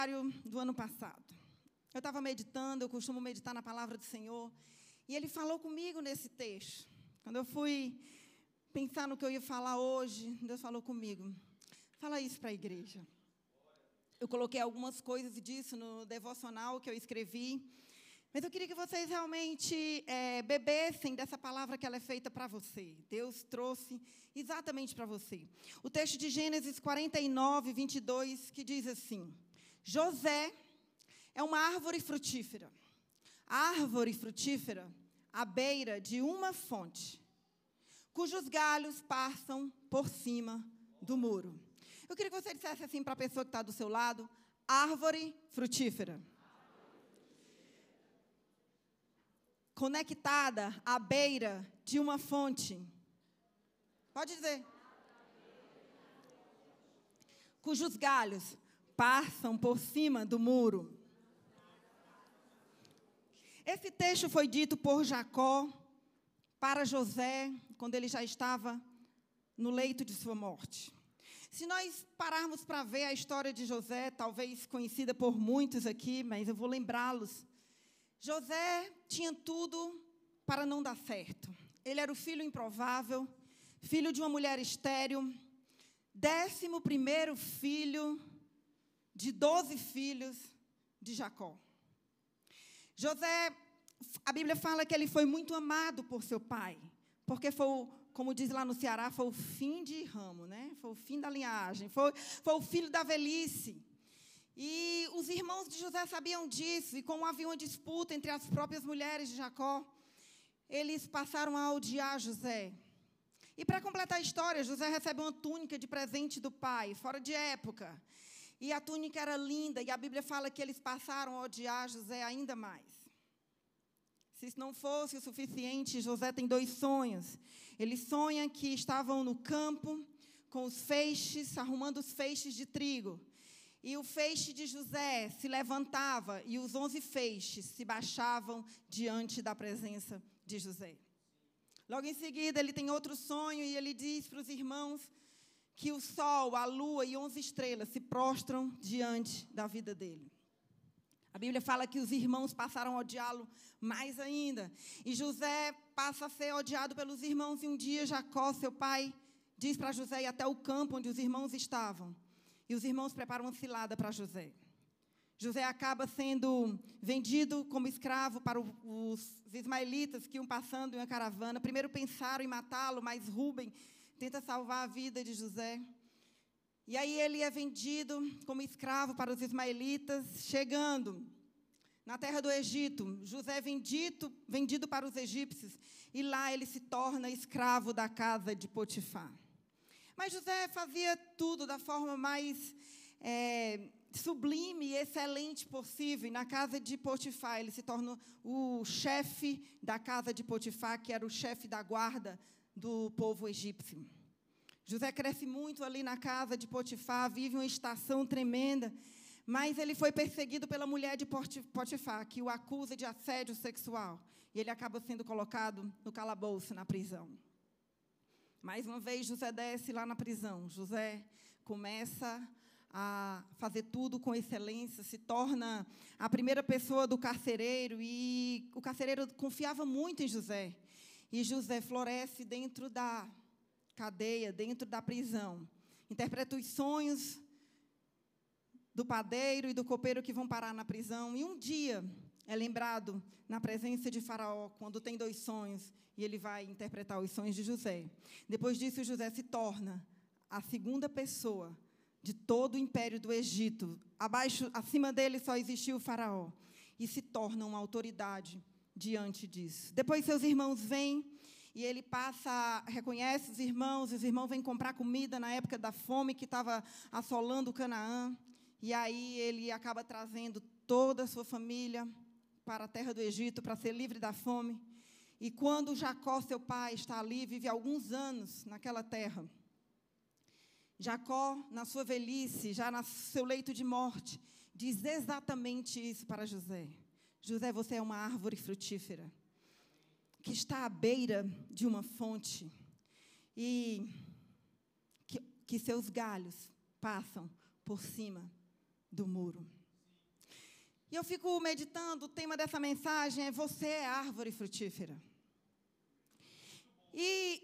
do ano passado. Eu estava meditando, eu costumo meditar na palavra do Senhor, e Ele falou comigo nesse texto. Quando eu fui pensar no que eu ia falar hoje, Deus falou comigo, fala isso para a igreja. Eu coloquei algumas coisas disso no devocional que eu escrevi, mas eu queria que vocês realmente bebessem dessa palavra que ela é feita para você. Deus trouxe exatamente para você. O texto de Gênesis 49, 22, que diz assim: José é uma árvore frutífera. Árvore frutífera à beira de uma fonte, cujos galhos passam por cima do muro. Eu queria que você dissesse assim para a pessoa que está do seu lado: árvore frutífera. Conectada à beira de uma fonte. Pode dizer. Cujos galhos passam por cima do muro. Esse texto foi dito por Jacó para José, quando ele já estava no leito de sua morte. Se nós pararmos para ver a história de José, talvez conhecida por muitos aqui, mas eu vou lembrá-los. José tinha tudo para não dar certo. Ele era o filho improvável, filho de uma mulher estéril, 11º filho de 12 filhos de Jacó. José, a Bíblia fala que ele foi muito amado por seu pai, porque foi, como diz lá no Ceará, foi o fim de ramo, né? Foi o fim da linhagem, foi o filho da velhice. E os irmãos de José sabiam disso, e como havia uma disputa entre as próprias mulheres de Jacó, eles passaram a odiar José. E para completar a história, José recebe uma túnica de presente do pai, fora de época. E a túnica era linda, e a Bíblia fala que eles passaram a odiar José ainda mais. Se isso não fosse o suficiente, José tem 2 sonhos. Ele sonha que estavam no campo, com os feixes, arrumando os feixes de trigo. E o feixe de José se levantava e os 11 feixes se baixavam diante da presença de José. Logo em seguida, ele tem outro sonho e ele diz para os irmãos que o sol, a lua e 11 estrelas se prostram diante da vida dele. A Bíblia fala que os irmãos passaram a odiá-lo mais ainda. E José passa a ser odiado pelos irmãos. E um dia Jacó, seu pai, diz para José ir até o campo onde os irmãos estavam. E os irmãos preparam uma cilada para José. José acaba sendo vendido como escravo para os ismaelitas que iam passando em uma caravana. Primeiro pensaram em matá-lo, mas Rúben tenta salvar a vida de José. E aí ele é vendido como escravo para os ismaelitas, chegando na terra do Egito. José é vendido para os egípcios, e lá ele se torna escravo da casa de Potifar. Mas José fazia tudo da forma mais sublime e excelente possível. E na casa de Potifar, ele se torna o chefe da casa de Potifar, que era o chefe da guarda do povo egípcio. José cresce muito ali na casa de Potifar, vive uma estação tremenda, mas ele foi perseguido pela mulher de Potifar, que o acusa de assédio sexual. E ele acaba sendo colocado no calabouço, na prisão. Mais uma vez, José desce lá na prisão. José começa a fazer tudo com excelência, se torna a primeira pessoa do carcereiro, e o carcereiro confiava muito em José. E José floresce dentro da cadeia, dentro da prisão. Interpreta os sonhos do padeiro e do copeiro que vão parar na prisão. E um dia é lembrado na presença de Faraó, quando tem 2 sonhos, e ele vai interpretar os sonhos de José. Depois disso, José se torna a 2ª pessoa de todo o império do Egito. Acima dele só existia o Faraó. E se torna uma autoridade diante disso. Depois seus irmãos vêm, e ele reconhece os irmãos vêm comprar comida na época da fome que estava assolando Canaã. E aí ele acaba trazendo toda a sua família para a terra do Egito, para ser livre da fome. E quando Jacó, seu pai, está ali, vive alguns anos naquela terra. Jacó, na sua velhice, já no seu leito de morte, diz exatamente isso para José. José, você é uma árvore frutífera, que está à beira de uma fonte, e que seus galhos passam por cima do muro. E eu fico meditando, o tema dessa mensagem é: você é árvore frutífera. E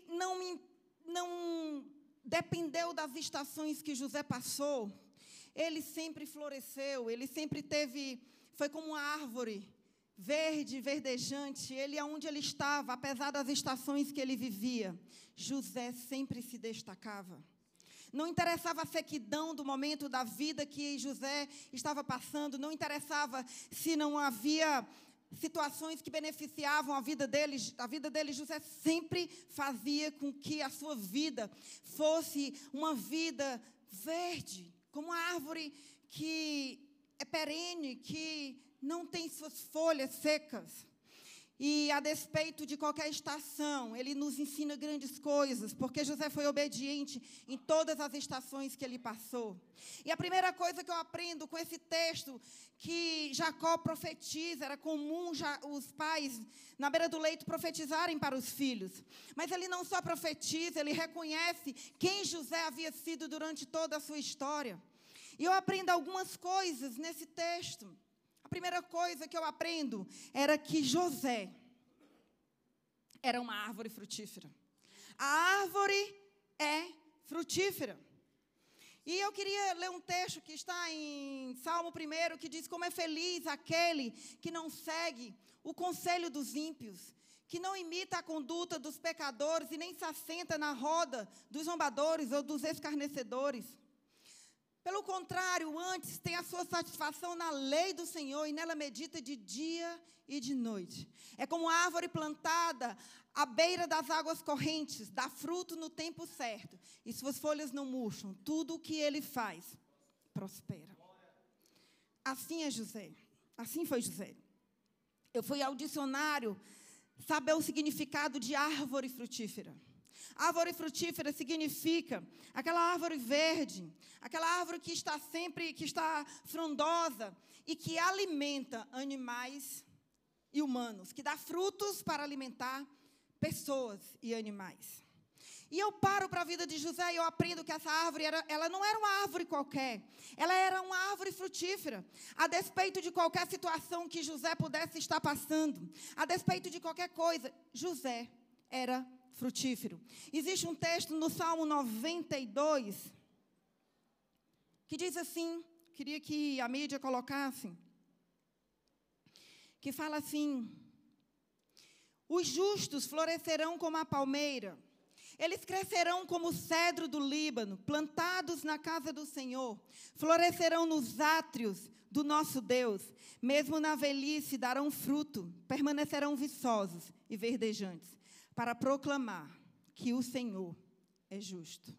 não dependeu das estações que José passou, ele sempre floresceu, ele sempre foi como uma árvore verde, verdejante. Ele, aonde ele estava, apesar das estações que ele vivia, José sempre se destacava. Não interessava a sequidão do momento da vida que José estava passando, não interessava se não havia situações que beneficiavam a vida dele. José sempre fazia com que a sua vida fosse uma vida verde, como uma árvore que é perene, que não tem suas folhas secas. E, a despeito de qualquer estação, ele nos ensina grandes coisas, porque José foi obediente em todas as estações que ele passou. E a primeira coisa que eu aprendo com esse texto, que Jacó profetiza, era comum os pais, na beira do leito, profetizarem para os filhos. Mas ele não só profetiza, ele reconhece quem José havia sido durante toda a sua história. E eu aprendo algumas coisas nesse texto. A primeira coisa que eu aprendo era que José era uma árvore frutífera. A árvore é frutífera. E eu queria ler um texto que está em Salmo 1, que diz: como é feliz aquele que não segue o conselho dos ímpios, que não imita a conduta dos pecadores e nem se assenta na roda dos zombadores ou dos escarnecedores. Pelo contrário, antes tem a sua satisfação na lei do Senhor e nela medita de dia e de noite. É como árvore plantada à beira das águas correntes, dá fruto no tempo certo, e suas folhas não murcham. Tudo o que ele faz prospera. Assim é José. Assim foi José. Eu fui ao dicionário saber o significado de árvore frutífera. Árvore frutífera significa aquela árvore verde, aquela árvore que está frondosa e que alimenta animais e humanos, que dá frutos para alimentar pessoas e animais. E eu paro para a vida de José e eu aprendo que essa árvore, ela não era uma árvore qualquer, ela era uma árvore frutífera. A despeito de qualquer situação que José pudesse estar passando, a despeito de qualquer coisa, José era frutífero. Existe um texto no Salmo 92 que diz assim, queria que a mídia colocasse, que fala assim: os justos florescerão como a palmeira, eles crescerão como o cedro do Líbano, plantados na casa do Senhor, florescerão nos átrios do nosso Deus, mesmo na velhice darão fruto, permanecerão viçosos e verdejantes, para proclamar que o Senhor é justo.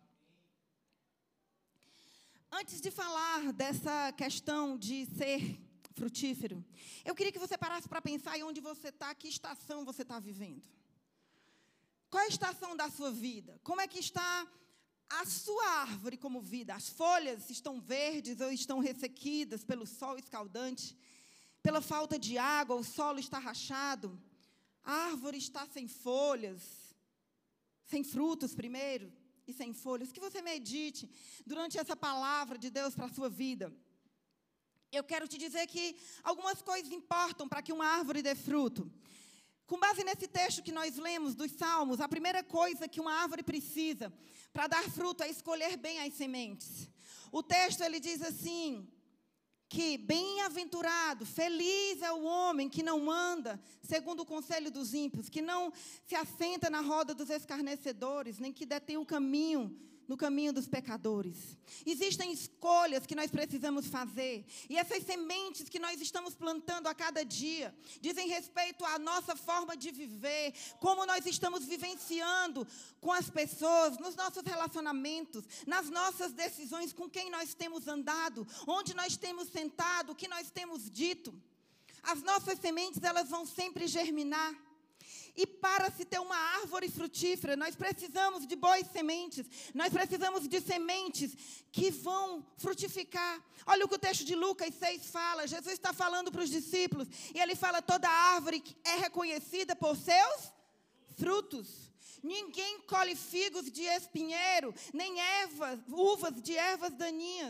Antes de falar dessa questão de ser frutífero, eu queria que você parasse para pensar em onde você está, que estação você está vivendo. Qual é a estação da sua vida? Como é que está a sua árvore como vida? As folhas estão verdes ou estão ressequidas pelo sol escaldante? Pela falta de água, o solo está rachado? A árvore está sem folhas, sem frutos primeiro e sem folhas. Que você medite durante essa palavra de Deus para a sua vida. Eu quero te dizer que algumas coisas importam para que uma árvore dê fruto. Com base nesse texto que nós lemos dos Salmos, a primeira coisa que uma árvore precisa para dar fruto é escolher bem as sementes. O texto, ele diz assim, que bem-aventurado, feliz é o homem que não anda segundo o conselho dos ímpios, que não se assenta na roda dos escarnecedores, nem que detém o caminho no caminho dos pecadores. Existem escolhas que nós precisamos fazer, e essas sementes que nós estamos plantando a cada dia dizem respeito à nossa forma de viver, como nós estamos vivenciando com as pessoas, nos nossos relacionamentos, nas nossas decisões, com quem nós temos andado, onde nós temos sentado, o que nós temos dito. As nossas sementes, elas vão sempre germinar. E para se ter uma árvore frutífera, nós precisamos de boas sementes. Nós precisamos de sementes que vão frutificar. Olha o que o texto de Lucas 6 fala. Jesus está falando para os discípulos. E ele fala: toda árvore é reconhecida por seus frutos. Ninguém colhe figos de espinheiro, nem uvas de ervas daninhas.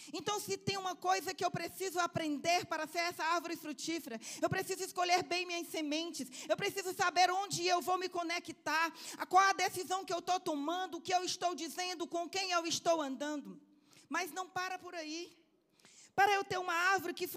Então, se tem uma coisa que eu preciso aprender para ser essa árvore frutífera, eu preciso escolher bem minhas sementes, eu preciso saber onde eu vou me conectar, qual a decisão que eu estou tomando, o que eu estou dizendo, com quem eu estou andando. Mas não para por aí. Para eu ter uma árvore que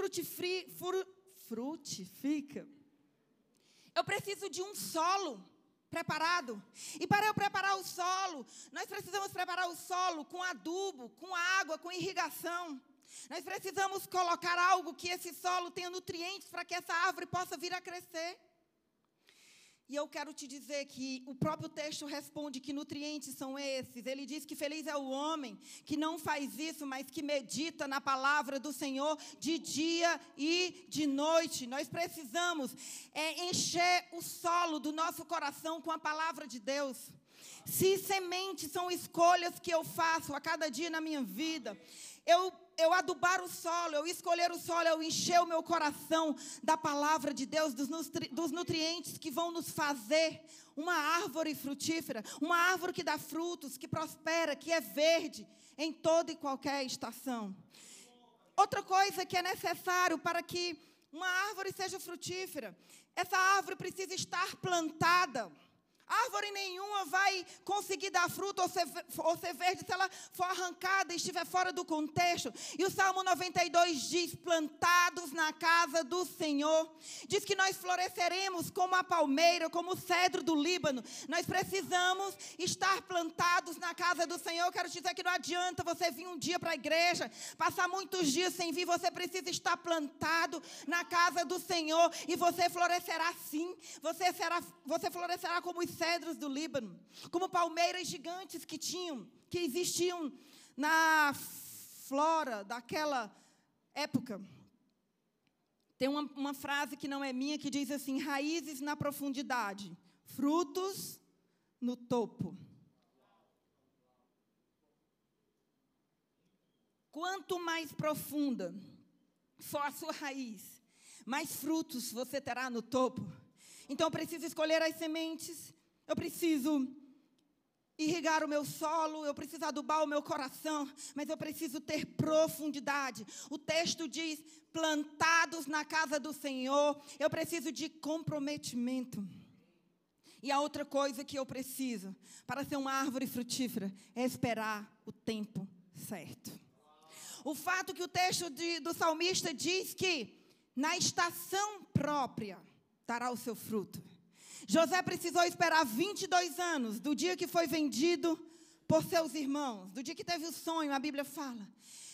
frutifica, eu preciso de um solo preparado. E para eu preparar o solo, nós precisamos preparar o solo com adubo, com água, com irrigação. Nós precisamos colocar algo que esse solo tenha nutrientes para que essa árvore possa vir a crescer. E eu quero te dizer que o próprio texto responde que nutrientes são esses. Ele diz que feliz é o homem que não faz isso, mas que medita na palavra do Senhor de dia e de noite. Nós precisamos encher o solo do nosso coração com a palavra de Deus. Se sementes são escolhas que eu faço a cada dia na minha vida, eu adubar o solo, eu escolher o solo, eu encher o meu coração da palavra de Deus, dos nutrientes que vão nos fazer uma árvore frutífera, uma árvore que dá frutos, que prospera, que é verde em toda e qualquer estação. Outra coisa que é necessário para que uma árvore seja frutífera, essa árvore precisa estar plantada. Árvore nenhuma vai conseguir dar fruto ou ser verde se ela for arrancada e estiver fora do contexto. E o Salmo 92 diz, plantados na casa do Senhor. Diz que nós floresceremos como a palmeira, como o cedro do Líbano. Nós precisamos estar plantados na casa do Senhor. Eu quero te dizer que não adianta você vir um dia para a igreja, passar muitos dias sem vir. Você precisa estar plantado na casa do Senhor e você florescerá sim. Você florescerá como os cedros do Líbano, como palmeiras gigantes que existiam na flora daquela época. Tem uma frase que não é minha, que diz assim, raízes na profundidade, frutos no topo. Quanto mais profunda for a sua raiz, mais frutos você terá no topo. Então, eu preciso escolher as sementes, eu preciso irrigar o meu solo, eu preciso adubar o meu coração, mas eu preciso ter profundidade. O texto diz, plantados na casa do Senhor, eu preciso de comprometimento. E a outra coisa que eu preciso para ser uma árvore frutífera é esperar o tempo certo. O fato que o texto do salmista diz que na estação própria dará o seu fruto. José precisou esperar 22 anos, do dia que foi vendido por seus irmãos, do dia que teve o sonho, a Bíblia fala,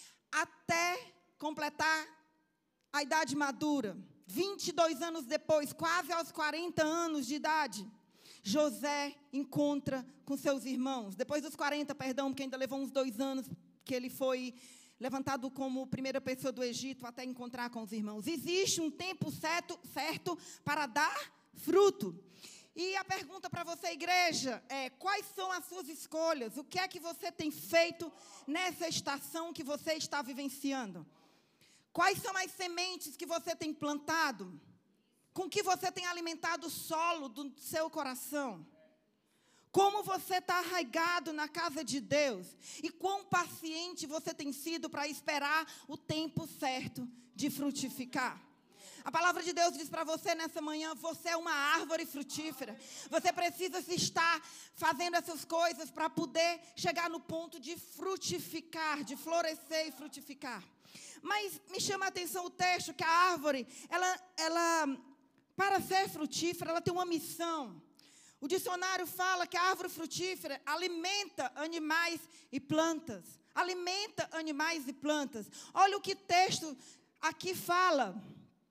até completar a idade madura. 22 anos depois, quase aos 40 anos de idade, José encontra com seus irmãos. Depois dos 40, porque ainda levou uns 2 anos, que ele foi levantado como primeira pessoa do Egito até encontrar com os irmãos. Existe um tempo certo para dar fruto. E a pergunta para você, igreja, é: quais são as suas escolhas? O que é que você tem feito nessa estação que você está vivenciando? Quais são as sementes que você tem plantado? Com que você tem alimentado o solo do seu coração? Como você está arraigado na casa de Deus? E quão paciente você tem sido para esperar o tempo certo de frutificar? A palavra de Deus diz para você nessa manhã, você é uma árvore frutífera. Você precisa estar fazendo essas coisas para poder chegar no ponto de frutificar, de florescer e frutificar. Mas me chama a atenção o texto que a árvore, ela para ser frutífera, ela tem uma missão. O dicionário fala que a árvore frutífera alimenta animais e plantas. Alimenta animais e plantas. Olha o que o texto aqui fala.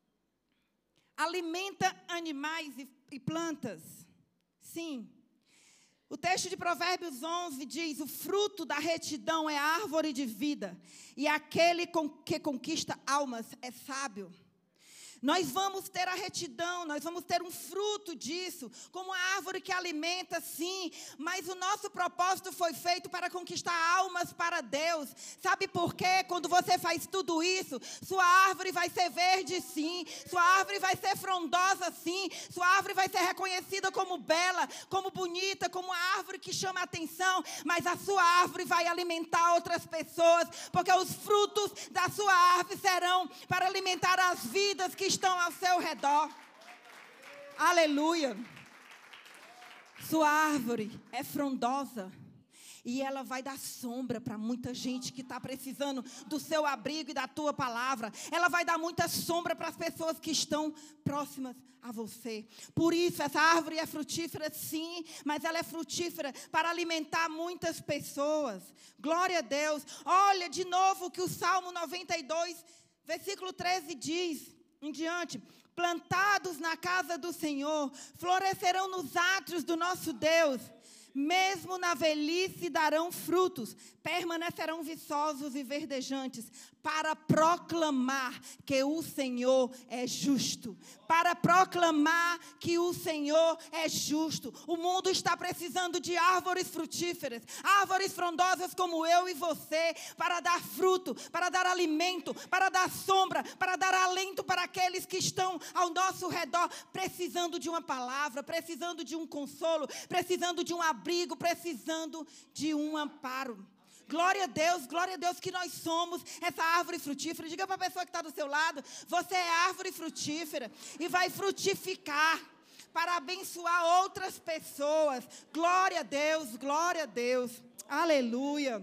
Alimenta animais e plantas. Sim. O texto de Provérbios 11 diz, o fruto da retidão é a árvore de vida, e aquele que conquista almas é sábio. Nós vamos ter a retidão, nós vamos ter um fruto disso, como a árvore que alimenta, sim, mas o nosso propósito foi feito para conquistar almas para Deus. Sabe por quê? Quando você faz tudo isso, sua árvore vai ser verde, sim, sua árvore vai ser frondosa, sim, sua árvore vai ser reconhecida como bela, como bonita, como uma árvore que chama a atenção, mas a sua árvore vai alimentar outras pessoas, porque os frutos da sua árvore serão para alimentar as vidas que estão ao seu redor. Aleluia. Sua árvore é frondosa e ela vai dar sombra para muita gente que está precisando do seu abrigo e da tua palavra. Ela vai dar muita sombra para as pessoas que estão próximas a você. Por isso, essa árvore é frutífera, sim, mas ela é frutífera para alimentar muitas pessoas. Glória a Deus. Olha de novo o que o Salmo 92, versículo 13 diz. Em diante, plantados na casa do Senhor, florescerão nos átrios do nosso Deus, mesmo na velhice darão frutos, permanecerão viçosos e verdejantes, para proclamar que o Senhor é justo. Para proclamar que o Senhor é justo. O mundo está precisando de árvores frutíferas, árvores frondosas como eu e você, para dar fruto, para dar alimento, para dar sombra, para dar alento para aqueles que estão ao nosso redor, precisando de uma palavra, precisando de um consolo, precisando de um abrigo, precisando de um amparo. Glória a Deus que nós somos essa árvore frutífera. Diga para a pessoa que está do seu lado, você é árvore frutífera e vai frutificar para abençoar outras pessoas. Glória a Deus, glória a Deus. Aleluia,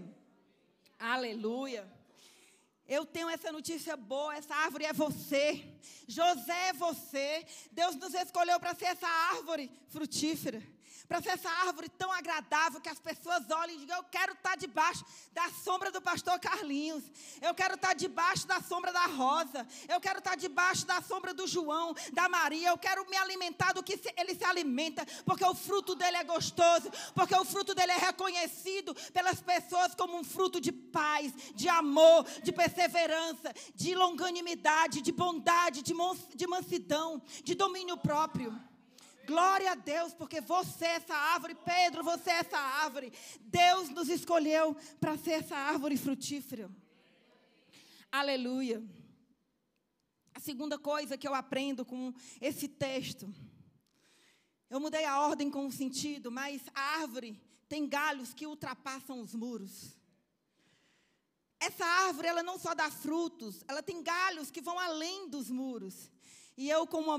aleluia. Eu tenho essa notícia boa, essa árvore é você. José é você. Deus nos escolheu para ser essa árvore frutífera. Para ser essa árvore tão agradável que as pessoas olhem e digam, eu quero estar debaixo da sombra do pastor Carlinhos. Eu quero estar debaixo da sombra da Rosa. Eu quero estar debaixo da sombra do João, da Maria. Eu quero me alimentar do que ele se alimenta, porque o fruto dele é gostoso, porque o fruto dele é reconhecido pelas pessoas como um fruto de paz, de amor, de perseverança, de longanimidade, de bondade, de mansidão, de domínio próprio. Glória a Deus, porque você é essa árvore, Pedro, você é essa árvore. Deus nos escolheu para ser essa árvore frutífera. Aleluia. A segunda coisa que eu aprendo com esse texto, eu mudei a ordem com o sentido, mas a árvore tem galhos que ultrapassam os muros. Essa árvore, ela não só dá frutos, ela tem galhos que vão além dos muros. E eu, com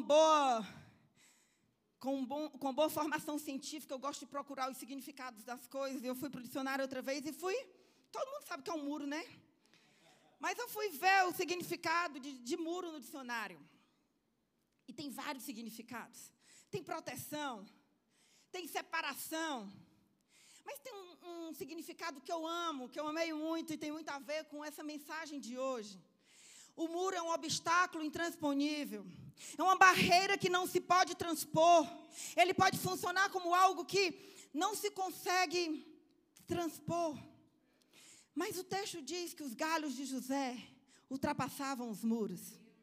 boa formação científica, eu gosto de procurar os significados das coisas. Eu fui para o dicionário outra vez e todo mundo sabe que é um muro, né? Mas eu fui ver o significado de muro no dicionário. E tem vários significados. Tem proteção, tem separação. Mas tem um significado que eu amo, que eu amei muito e tem muito a ver com essa mensagem de hoje. O muro é um obstáculo intransponível. É uma barreira que não se pode transpor. Ele pode funcionar como algo que não se consegue transpor. Mas o texto diz que os galhos de José ultrapassavam os muros.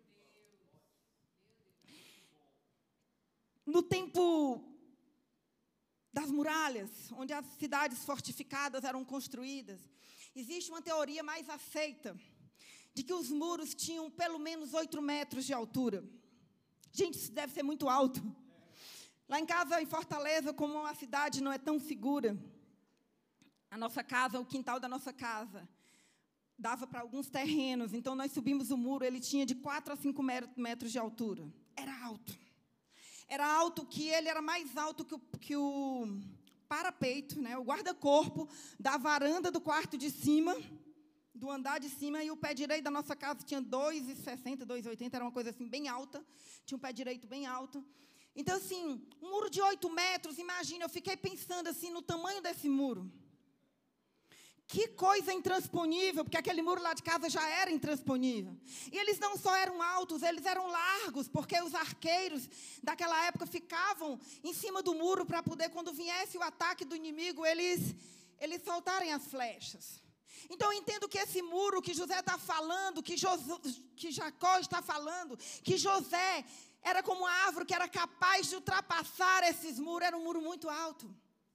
No tempo das muralhas, onde as cidades fortificadas eram construídas, existe uma teoria mais aceita, de que os muros tinham pelo menos 8 metros de altura. Gente, isso deve ser muito alto. Lá em casa, em Fortaleza, como a cidade não é tão segura, a nossa casa, o quintal da nossa casa, dava para alguns terrenos. Então, nós subimos o muro, ele tinha de 4 a 5 metros de altura. Era alto. Era alto que ele era mais alto que o parapeito, né, o guarda-corpo da varanda do quarto de cima, do andar de cima, e o pé direito da nossa casa tinha 2,60, 2,80, era uma coisa assim bem alta, tinha um pé direito bem alto. Então, assim, um muro de 8 metros, imagina, eu fiquei pensando assim no tamanho desse muro. Que coisa intransponível, porque aquele muro lá de casa já era intransponível. E eles não só eram altos, eles eram largos, porque os arqueiros daquela época ficavam em cima do muro para poder, quando viesse o ataque do inimigo, eles soltarem as flechas. Então, eu entendo que esse muro que José está falando, que Jacó está falando, que José era como uma árvore que era capaz de ultrapassar esses muros, era um muro muito alto.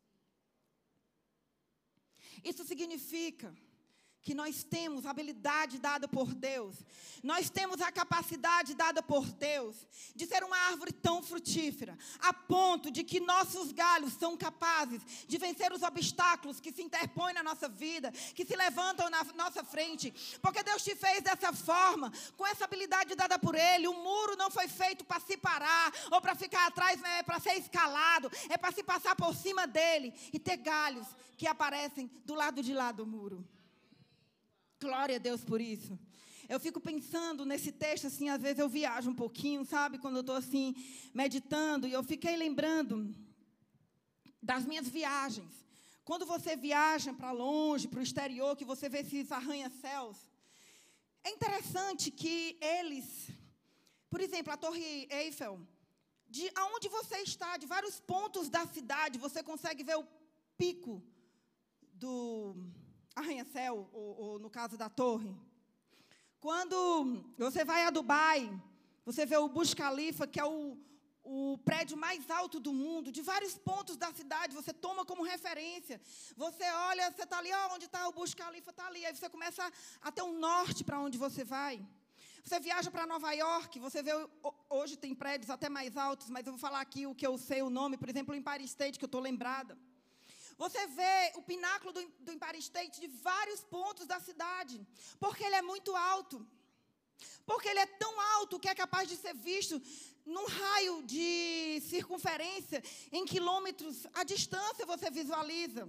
Isso significa que nós temos a habilidade dada por Deus, nós temos a capacidade dada por Deus de ser uma árvore tão frutífera, a ponto de que nossos galhos são capazes de vencer os obstáculos que se interpõem na nossa vida, que se levantam na nossa frente, porque Deus te fez dessa forma, com essa habilidade dada por Ele. O muro não foi feito para se parar, ou para ficar atrás, é para ser escalado, é para se passar por cima dele e ter galhos que aparecem do lado de lá do muro. Glória a Deus por isso. Eu fico pensando nesse texto, assim, às vezes eu viajo um pouquinho, sabe? Quando eu estou, assim, meditando, e eu fiquei lembrando das minhas viagens. Quando você viaja para longe, para o exterior, que você vê esses arranha-céus, é interessante que eles, por exemplo, a Torre Eiffel, de aonde você está, de vários pontos da cidade, você consegue ver o pico do arranha-céu, ou no caso da torre. Quando você vai a Dubai, você vê o Burj Khalifa, que é o prédio mais alto do mundo, de vários pontos da cidade, você toma como referência. Você olha, você está ali, onde está o Burj Khalifa, está ali. Aí você começa a ter um norte para onde você vai. Você viaja para Nova York, você vê, hoje tem prédios até mais altos, mas eu vou falar aqui o que eu sei o nome, por exemplo, o Empire State, que eu estou lembrada. Você vê o pináculo do Empire State de vários pontos da cidade, porque ele é muito alto. Porque ele é tão alto que é capaz de ser visto num raio de circunferência, em quilômetros à distância você visualiza.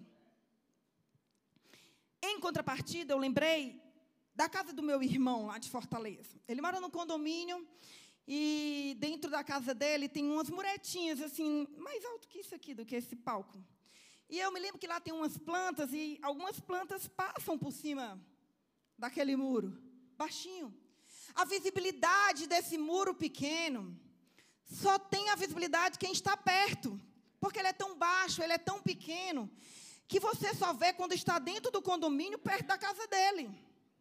Em contrapartida, eu lembrei da casa do meu irmão, lá de Fortaleza. Ele mora num condomínio e dentro da casa dele tem umas muretinhas, assim, mais alto que isso aqui, do que esse palco. E eu me lembro que lá tem umas plantas, e algumas plantas passam por cima daquele muro, baixinho. A visibilidade desse muro pequeno, só tem a visibilidade quem está perto, porque ele é tão baixo, ele é tão pequeno, que você só vê quando está dentro do condomínio, perto da casa dele.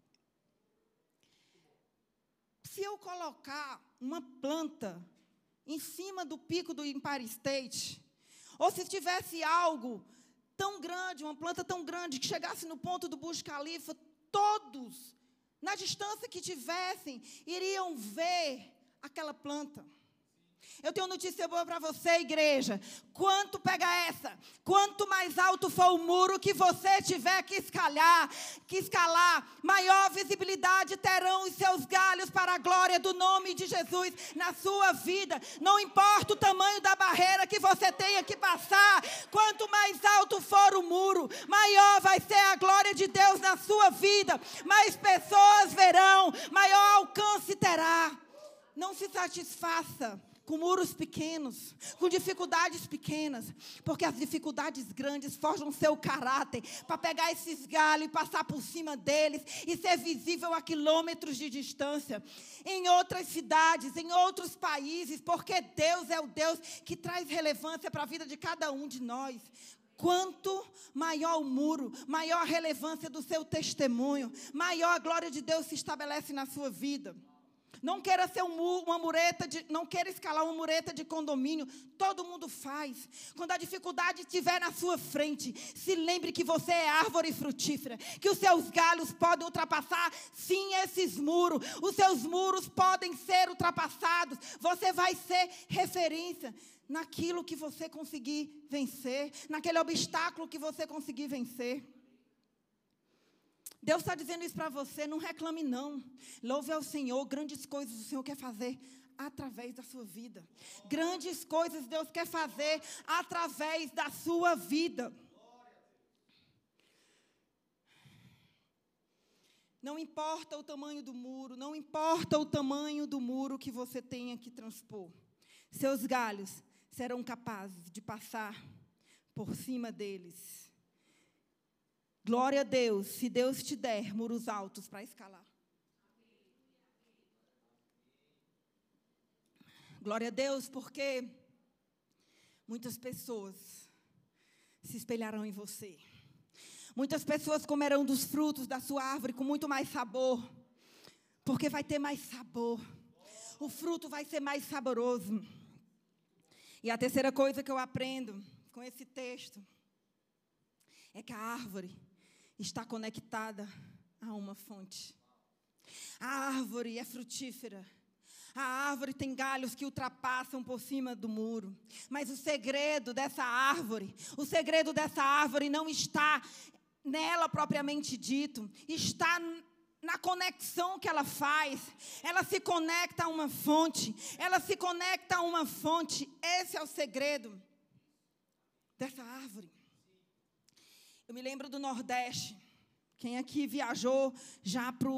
Se eu colocar uma planta em cima do pico do Empire State, ou se tivesse algo tão grande, uma planta tão grande, que chegasse no ponto do Burj Khalifa, todos, na distância que tivessem, iriam ver aquela planta. Eu tenho notícia boa para você, igreja. Quanto pega essa? Quanto mais alto for o muro que você tiver que escalar, maior visibilidade terão os seus galhos para a glória do nome de Jesus na sua vida. Não importa o tamanho da barreira que você tenha que passar, quanto mais alto for o muro, maior vai ser a glória de Deus na sua vida. Mais pessoas verão, maior alcance terá. Não se satisfaça com muros pequenos, com dificuldades pequenas, porque as dificuldades grandes forjam seu caráter para pegar esses galhos e passar por cima deles e ser visível a quilômetros de distância, em outras cidades, em outros países, porque Deus é o Deus que traz relevância para a vida de cada um de nós. Quanto maior o muro, maior a relevância do seu testemunho, maior a glória de Deus se estabelece na sua vida. Não queira ser não queira escalar uma mureta de condomínio. Todo mundo faz. Quando a dificuldade estiver na sua frente, se lembre que você é árvore frutífera, que os seus galhos podem ultrapassar, sim, esses muros. Os seus muros podem ser ultrapassados. Você vai ser referência naquilo que você conseguir vencer, naquele obstáculo que você conseguir vencer. Deus está dizendo isso para você, não reclame não. Louve ao Senhor, grandes coisas o Senhor quer fazer através da sua vida. Grandes coisas Deus quer fazer através da sua vida. Não importa o tamanho do muro, não importa o tamanho do muro que você tenha que transpor. Seus galhos serão capazes de passar por cima deles. Glória a Deus, se Deus te der muros altos para escalar. Glória a Deus, porque muitas pessoas se espelharão em você. Muitas pessoas comerão dos frutos da sua árvore com muito mais sabor, porque vai ter mais sabor. O fruto vai ser mais saboroso. E a terceira coisa que eu aprendo com esse texto é que a árvore está conectada a uma fonte. A árvore é frutífera. A árvore tem galhos que ultrapassam por cima do muro. Mas o segredo dessa árvore não está nela propriamente dito. Está na conexão que ela faz. Ela se conecta a uma fonte. Esse é o segredo dessa árvore. Eu me lembro do Nordeste. Quem aqui viajou já para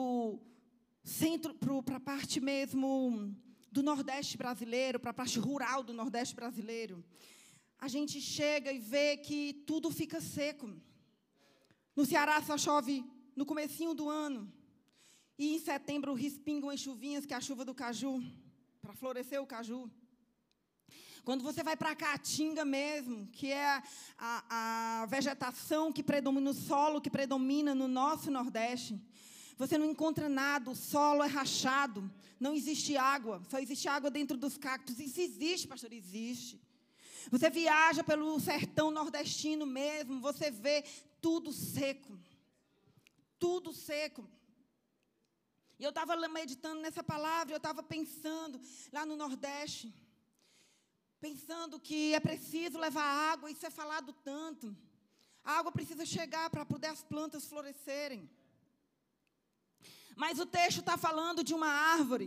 a parte mesmo do Nordeste brasileiro, para a parte rural do Nordeste brasileiro, a gente chega e vê que tudo fica seco. No Ceará só chove no comecinho do ano. E em setembro respingam as chuvinhas, que é a chuva do caju, para florescer o caju. Quando você vai para a caatinga mesmo, que é a vegetação que predomina, o solo que predomina no nosso Nordeste, você não encontra nada, o solo é rachado, não existe água, só existe água dentro dos cactos. Isso existe, pastor, existe. Você viaja pelo sertão nordestino mesmo, você vê tudo seco. Tudo seco. E eu estava meditando nessa palavra, eu estava pensando lá no Nordeste, pensando que é preciso levar água, isso é falado tanto. A água precisa chegar para poder as plantas florescerem. Mas o texto está falando de uma árvore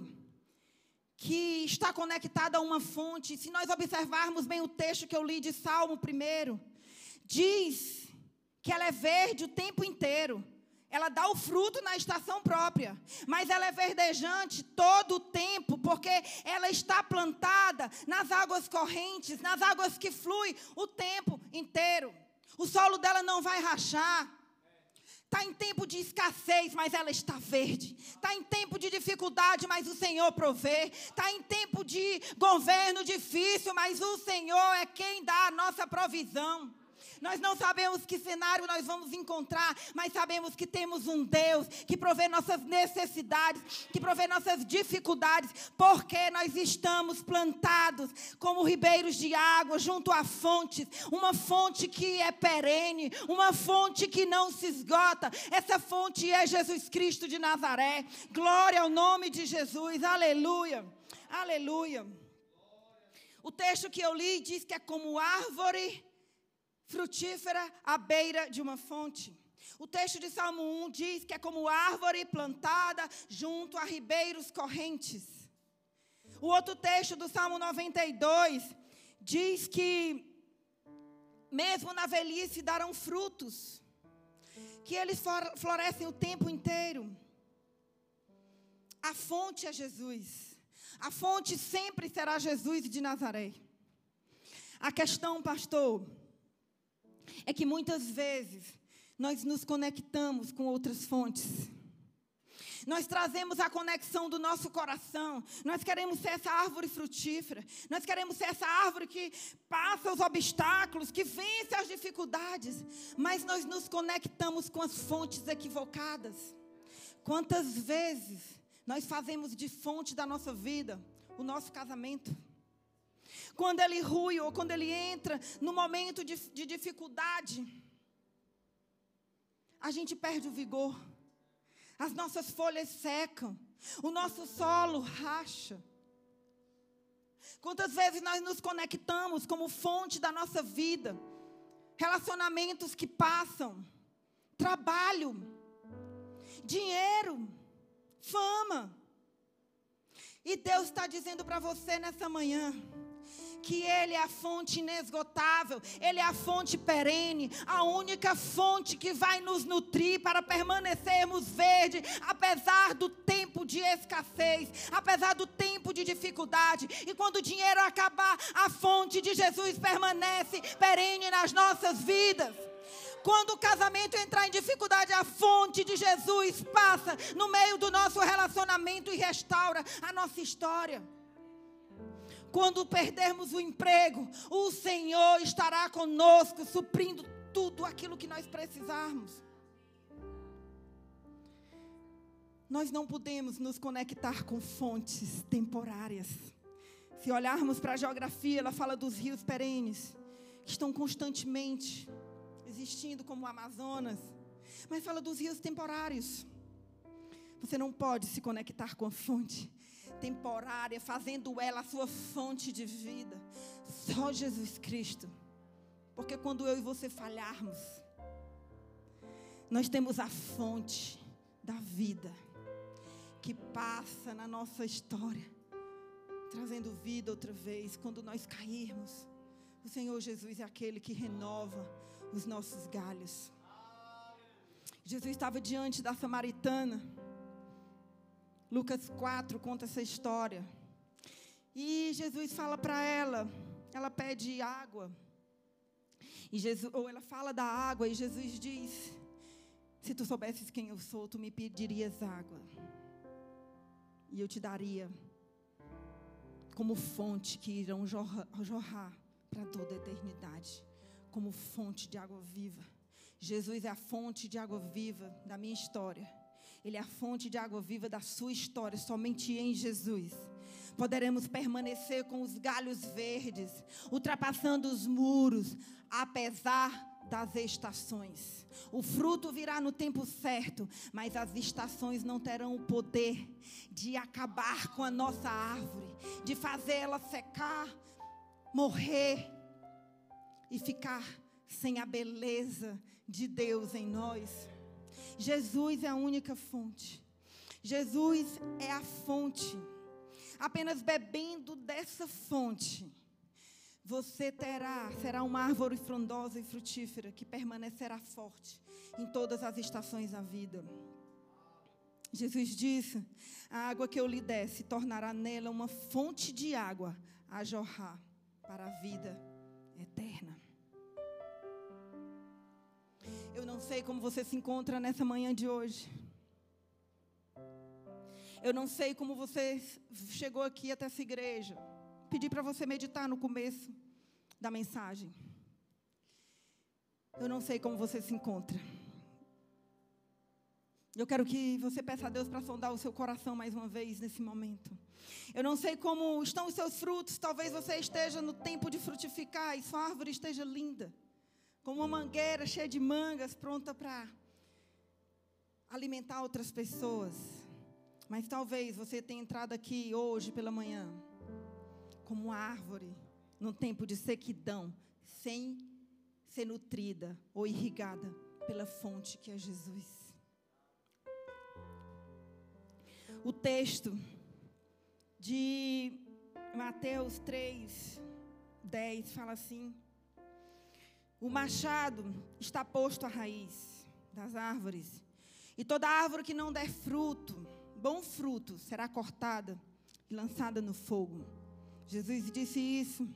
que está conectada a uma fonte. Se nós observarmos bem o texto que eu li de Salmo 1, diz que ela é verde o tempo inteiro. Ela dá o fruto na estação própria, mas ela é verdejante todo o tempo, porque ela está plantada nas águas correntes, nas águas que fluem o tempo inteiro. O solo dela não vai rachar. Está em tempo de escassez, mas ela está verde. Está em tempo de dificuldade, mas o Senhor provê. Está em tempo de governo difícil, mas o Senhor é quem dá a nossa provisão. Nós não sabemos que cenário nós vamos encontrar, mas sabemos que temos um Deus que provê nossas necessidades, que provê nossas dificuldades, porque nós estamos plantados como ribeiros de água, junto a fontes, uma fonte que é perene, uma fonte que não se esgota. Essa fonte é Jesus Cristo de Nazaré. Glória ao nome de Jesus, aleluia, aleluia. O texto que eu li diz que é como árvore frutífera à beira de uma fonte. O texto de Salmo 1 diz que é como árvore plantada junto a ribeiros correntes. O outro texto do Salmo 92 diz que mesmo na velhice darão frutos, que eles florescem o tempo inteiro. A fonte é Jesus. A fonte sempre será Jesus de Nazaré. A questão, pastor, é que muitas vezes nós nos conectamos com outras fontes. Nós trazemos a conexão do nosso coração. Nós queremos ser essa árvore frutífera. Nós queremos ser essa árvore que passa os obstáculos, que vence as dificuldades. Mas nós nos conectamos com as fontes equivocadas. Quantas vezes nós fazemos de fonte da nossa vida o nosso casamento? Quando ele rui ou quando ele entra no momento de dificuldade, a gente perde o vigor. As nossas folhas secam. O nosso solo racha. Quantas vezes nós nos conectamos como fonte da nossa vida? Relacionamentos que passam. Trabalho. Dinheiro. Fama. E Deus está dizendo para você nessa manhã que Ele é a fonte inesgotável, Ele é a fonte perene, a única fonte que vai nos nutrir para permanecermos verdes, apesar do tempo de escassez, apesar do tempo de dificuldade. E quando o dinheiro acabar, a fonte de Jesus permanece perene nas nossas vidas. Quando o casamento entrar em dificuldade, a fonte de Jesus passa no meio do nosso relacionamento e restaura a nossa história. Quando perdermos o emprego, o Senhor estará conosco, suprindo tudo aquilo que nós precisarmos. Nós não podemos nos conectar com fontes temporárias. Se olharmos para a geografia, ela fala dos rios perenes, que estão constantemente existindo, como o Amazonas. Mas fala dos rios temporários. Você não pode se conectar com a fonte temporária, fazendo ela a sua fonte de vida. Só Jesus Cristo. Porque quando eu e você falharmos, nós temos a fonte da vida, que passa na nossa história, trazendo vida outra vez. Quando nós cairmos, o Senhor Jesus é aquele que renova os nossos galhos. Jesus estava diante da samaritana. Lucas 4 conta essa história. E Jesus fala para ela, ela pede água. Ou ela fala da água, e Jesus diz: se tu soubesses quem eu sou, tu me pedirias água, e eu te daria como fonte que irão jorrar para toda a eternidade, como fonte de água viva. Jesus é a fonte de água viva da minha história. Ele é a fonte de água viva da sua história. Somente em Jesus poderemos permanecer com os galhos verdes, ultrapassando os muros, apesar das estações. O fruto virá no tempo certo, mas as estações não terão o poder de acabar com a nossa árvore, de fazer ela secar, morrer e ficar sem a beleza de Deus em nós. Jesus é a única fonte. Jesus é a fonte. Apenas bebendo dessa fonte, você será uma árvore frondosa e frutífera, que permanecerá forte em todas as estações da vida. Jesus disse: a água que eu lhe der se tornará nela uma fonte de água a jorrar para a vida eterna. Eu não sei como você se encontra nessa manhã de hoje. Eu não sei como você chegou aqui até essa igreja. Pedi para você meditar no começo da mensagem. Eu não sei como você se encontra. Eu quero que você peça a Deus para sondar o seu coração mais uma vez nesse momento. Eu não sei como estão os seus frutos. Talvez você esteja no tempo de frutificar e sua árvore esteja linda, como uma mangueira cheia de mangas, pronta para alimentar outras pessoas. Mas talvez você tenha entrado aqui hoje pela manhã como uma árvore num tempo de sequidão, sem ser nutrida ou irrigada pela fonte que é Jesus. O texto de Mateus 3:10 fala assim: o machado está posto à raiz das árvores, e toda árvore que não der fruto, bom fruto, será cortada e lançada no fogo. Jesus disse isso.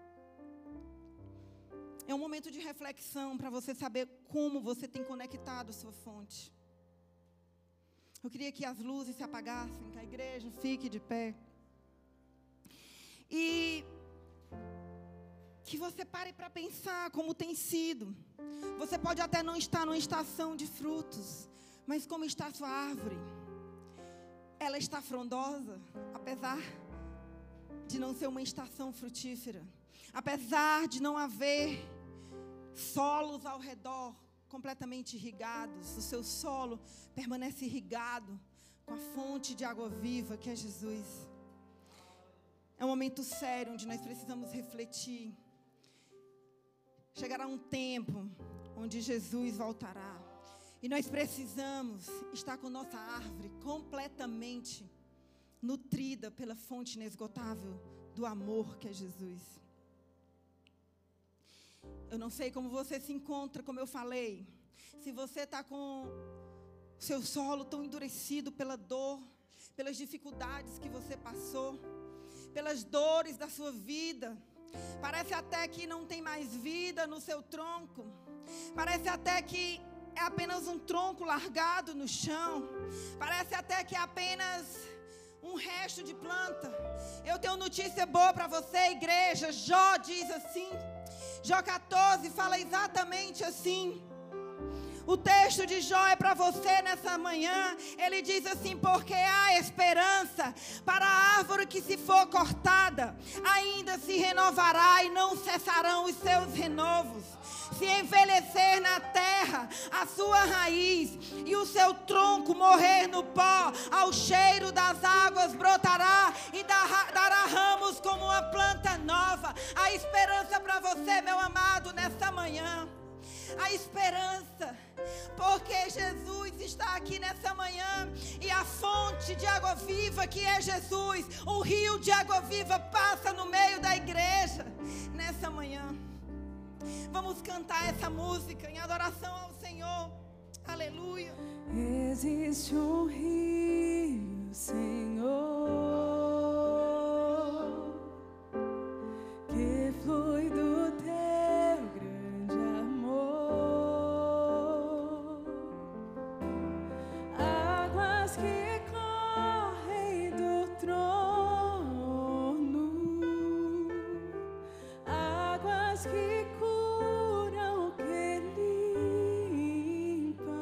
É um momento de reflexão para você saber como você tem conectado sua fonte. Eu queria que as luzes se apagassem, que a igreja fique de pé. E que você pare para pensar como tem sido. Você pode até não estar numa estação de frutos, mas como está a sua árvore? Ela está frondosa, apesar de não ser uma estação frutífera. Apesar de não haver solos ao redor completamente irrigados, o seu solo permanece irrigado com a fonte de água viva que é Jesus. É um momento sério onde nós precisamos refletir. Chegará um tempo onde Jesus voltará. E nós precisamos estar com nossa árvore completamente nutrida pela fonte inesgotável do amor que é Jesus. Eu não sei como você se encontra, como eu falei. Se você está com seu solo tão endurecido pela dor, pelas dificuldades que você passou, pelas dores da sua vida. Parece até que não tem mais vida no seu tronco. Parece até que é apenas um tronco largado no chão. Parece até que é apenas um resto de planta. Eu tenho notícia boa para você, igreja. Jó diz assim: Jó 14 fala exatamente assim. O texto de Jó é para você nessa manhã. Ele diz assim: porque há esperança para a árvore que se for cortada, ainda se renovará e não cessarão os seus renovos. Se envelhecer na terra a sua raiz e o seu tronco morrer no pó, ao cheiro das águas brotará e dará ramos como uma planta nova. A esperança para você, meu amado, nessa manhã. A esperança, porque Jesus está aqui nessa manhã e a fonte de água viva que é Jesus, um rio de água viva passa no meio da igreja nessa manhã. Vamos cantar essa música em adoração ao Senhor. Aleluia. Existe um rio, Senhor, que flui do teu grande amor, águas que correm do trono, águas que curam, que limpam.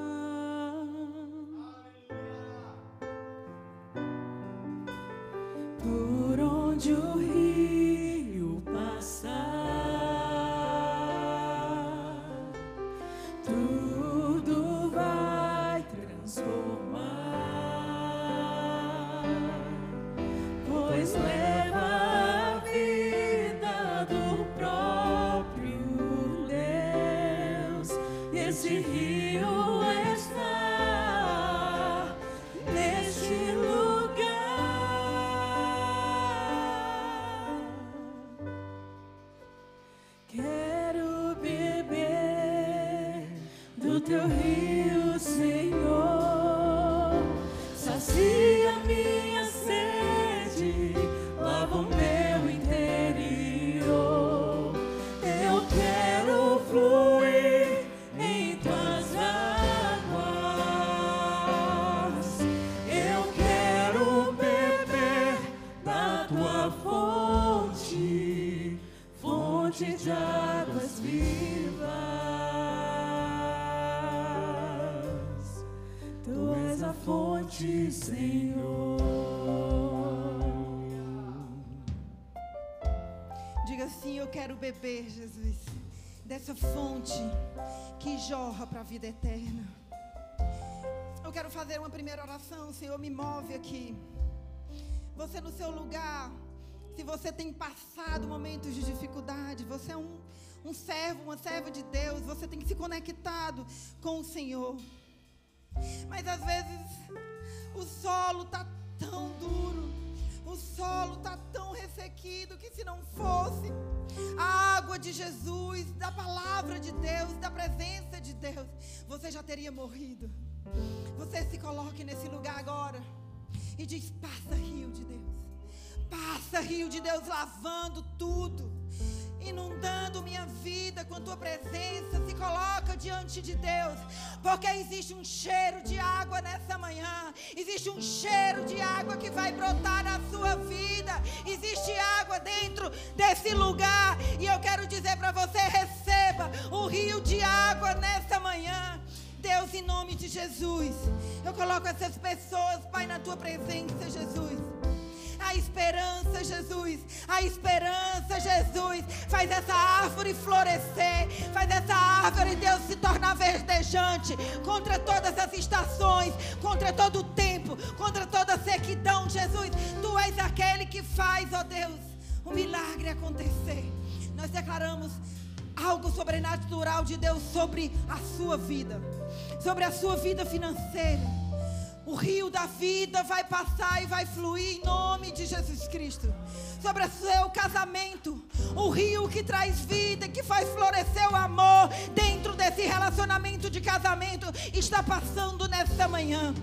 Por onde o rio passar, tudo vai transformar, pois leva a vida do próprio Deus. E esse rio está neste lugar. Quero beber do teu rio, Senhor. Sacia minha sede, lava o meu interior. Eu quero fluir em tuas águas. Eu quero beber da tua fonte, fonte de águas vivas. Tu és a fonte, Senhor. Diga assim: eu quero beber, Jesus, dessa fonte que jorra para a vida eterna. Eu quero fazer uma primeira oração. Senhor, me move aqui. Você no seu lugar, se você tem passado momentos de dificuldade, você é um servo, uma serva de Deus, você tem se conectado com o Senhor. Mas às vezes o solo está tão duro, o solo está tão ressequido, que se não fosse a água de Jesus, da palavra de Deus, da presença de Deus, você já teria morrido. Você se coloque nesse lugar agora e diz: passa, rio de Deus. Passa, rio de Deus, lavando tudo, inundando minha vida com a tua presença. Se coloca diante de Deus, porque existe um cheiro de água nessa manhã. Existe um cheiro de água que vai brotar na sua vida. Existe água dentro desse lugar, e eu quero dizer para você: receba um rio de água nessa manhã. Deus, em nome de Jesus, eu coloco essas pessoas, Pai, na tua presença, Jesus. A esperança, Jesus, a esperança, Jesus, faz essa árvore florescer, faz essa árvore, Deus, se tornar verdejante, contra todas as estações, contra todo o tempo, contra toda a sequidão. Jesus, Tu és aquele que faz, ó Deus, o milagre acontecer. Nós declaramos algo sobrenatural de Deus sobre a sua vida, sobre a sua vida financeira. O rio da vida vai passar e vai fluir em nome de Jesus Cristo. Sobre o seu casamento, o rio que traz vida, que faz florescer o amor dentro desse relacionamento de casamento, está passando nesta manhã.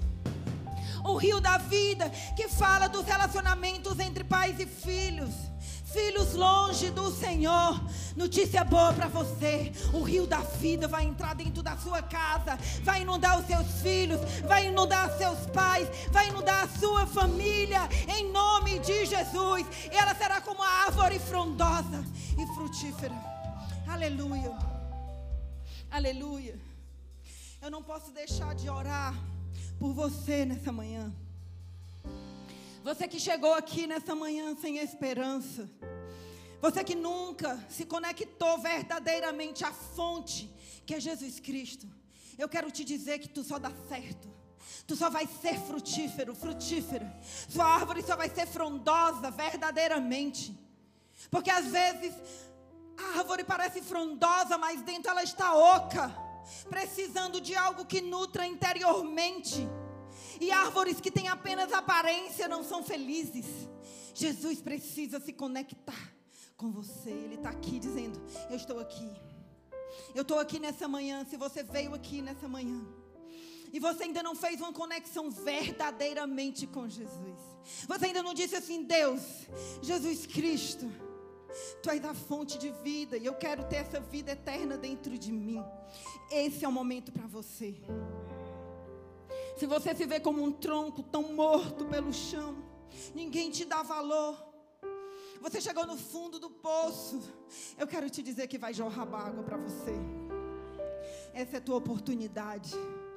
O rio da vida que fala dos relacionamentos entre pais e filhos, filhos longe do Senhor. Notícia boa para você: o rio da vida vai entrar dentro da sua casa, vai inundar os seus filhos, vai inundar seus pais, vai inundar a sua família, em nome de Jesus. E ela será como uma árvore frondosa e frutífera. Aleluia. Aleluia. Eu não posso deixar de orar por você nessa manhã. Você que chegou aqui nessa manhã sem esperança. Você que nunca se conectou verdadeiramente à fonte, que é Jesus Cristo. Eu quero te dizer que tu só dá certo. Tu só vai ser frutífero, frutífera. Sua árvore só vai ser frondosa verdadeiramente. Porque às vezes a árvore parece frondosa, mas dentro ela está oca, precisando de algo que nutra interiormente. E árvores que têm apenas aparência não são felizes. Jesus precisa se conectar com você. Ele está aqui dizendo: eu estou aqui. Eu estou aqui nessa manhã. Se você veio aqui nessa manhã e você ainda não fez uma conexão verdadeiramente com Jesus, você ainda não disse assim: Deus, Jesus Cristo, Tu és a fonte de vida e eu quero ter essa vida eterna dentro de mim. Esse é o momento para você. Se você se vê como um tronco tão morto pelo chão, ninguém te dá valor, você chegou no fundo do poço, eu quero te dizer que vai jorrar água para você. Essa é a tua oportunidade.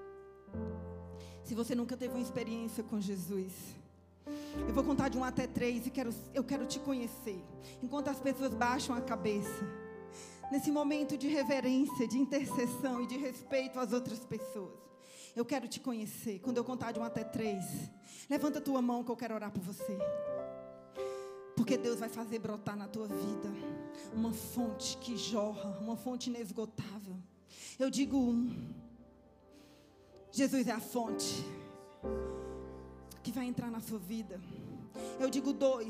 Se você nunca teve uma experiência com Jesus, eu vou contar de 1 até 3 e eu quero te conhecer. Enquanto as pessoas baixam a cabeça, nesse momento de reverência, de intercessão e de respeito às outras pessoas, eu quero te conhecer. Quando eu contar de 1 até 3, levanta a tua mão que eu quero orar por você. Porque Deus vai fazer brotar na tua vida uma fonte que jorra, uma fonte inesgotável. Eu digo 1, Jesus é a fonte que vai entrar na sua vida. Eu digo 2,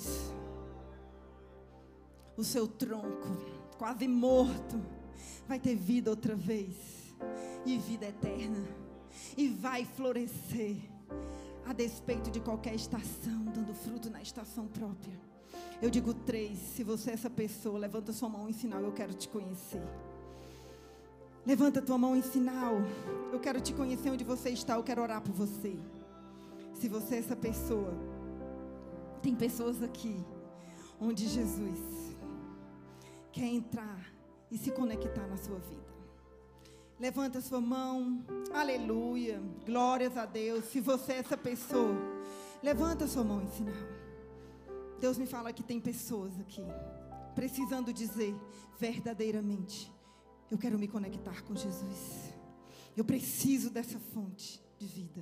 o seu tronco, quase morto, vai ter vida outra vez, e vida eterna, e vai florescer, a despeito de qualquer estação, dando fruto na estação própria. Eu digo 3, se você é essa pessoa, levanta sua mão em sinal, eu quero te conhecer. Levanta tua mão em sinal, eu quero te conhecer onde você está, eu quero orar por você. Se você é essa pessoa, tem pessoas aqui, onde Jesus quer entrar e se conectar na sua vida. Levanta sua mão, aleluia, glórias a Deus. Se você é essa pessoa, levanta sua mão em sinal. Deus me fala que tem pessoas aqui precisando dizer verdadeiramente: eu quero me conectar com Jesus. Eu preciso dessa fonte de vida.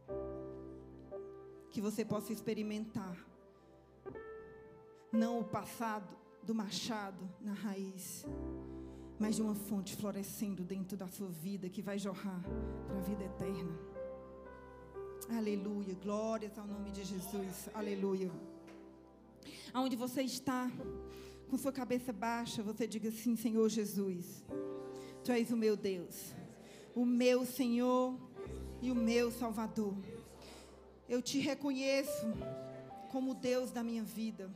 Que você possa experimentar não o passado do machado na raiz, mas de uma fonte florescendo dentro da sua vida, que vai jorrar para a vida eterna. Aleluia, glórias ao nome de Jesus, aleluia. Aonde você está, com sua cabeça baixa, você diga assim: Senhor Jesus, Tu és o meu Deus, o meu Senhor e o meu Salvador. Eu Te reconheço como Deus da minha vida.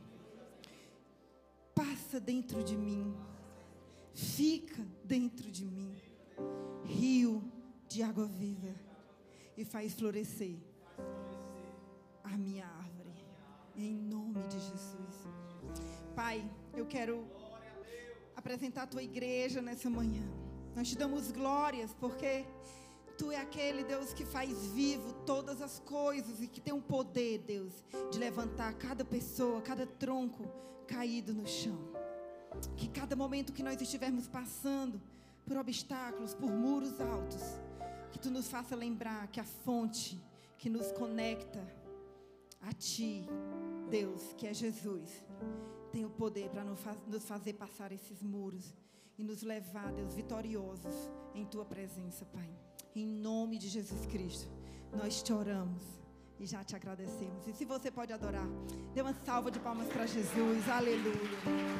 Passa dentro de mim, fica dentro de mim, rio de água viva, e faz florescer a minha árvore, em nome de Jesus. Pai, eu quero apresentar a Tua igreja nessa manhã. Nós Te damos glórias, porque Tu é aquele Deus que faz vivo todas as coisas e que tem um poder, Deus, de levantar cada pessoa, cada tronco caído no chão. Que cada momento que nós estivermos passando por obstáculos, por muros altos, que Tu nos faça lembrar que a fonte que nos conecta a Ti, Deus, que é Jesus, tem o poder para nos fazer passar esses muros e nos levar, Deus, vitoriosos em Tua presença, Pai. Em nome de Jesus Cristo, nós Te oramos e já Te agradecemos. E se você pode adorar, dê uma salva de palmas para Jesus. Aleluia,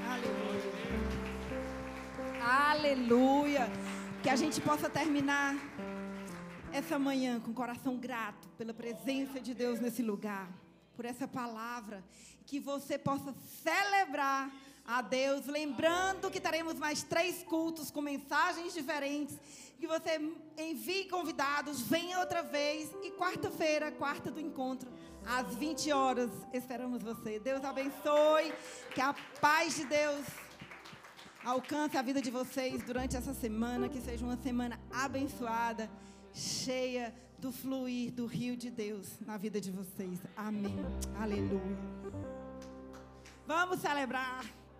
aleluia, aleluia. Que a gente possa terminar essa manhã com o coração grato pela presença de Deus nesse lugar, por essa palavra, que você possa celebrar a Deus, lembrando que teremos mais 3 cultos com mensagens diferentes, que você envie convidados, venha outra vez, e quarta-feira, quarta do encontro, às 20 horas, esperamos você. Deus abençoe, que a paz de Deus alcance a vida de vocês durante essa semana, que seja uma semana abençoada, cheia do fluir do rio de Deus na vida de vocês. Amém. Aleluia. Vamos celebrar.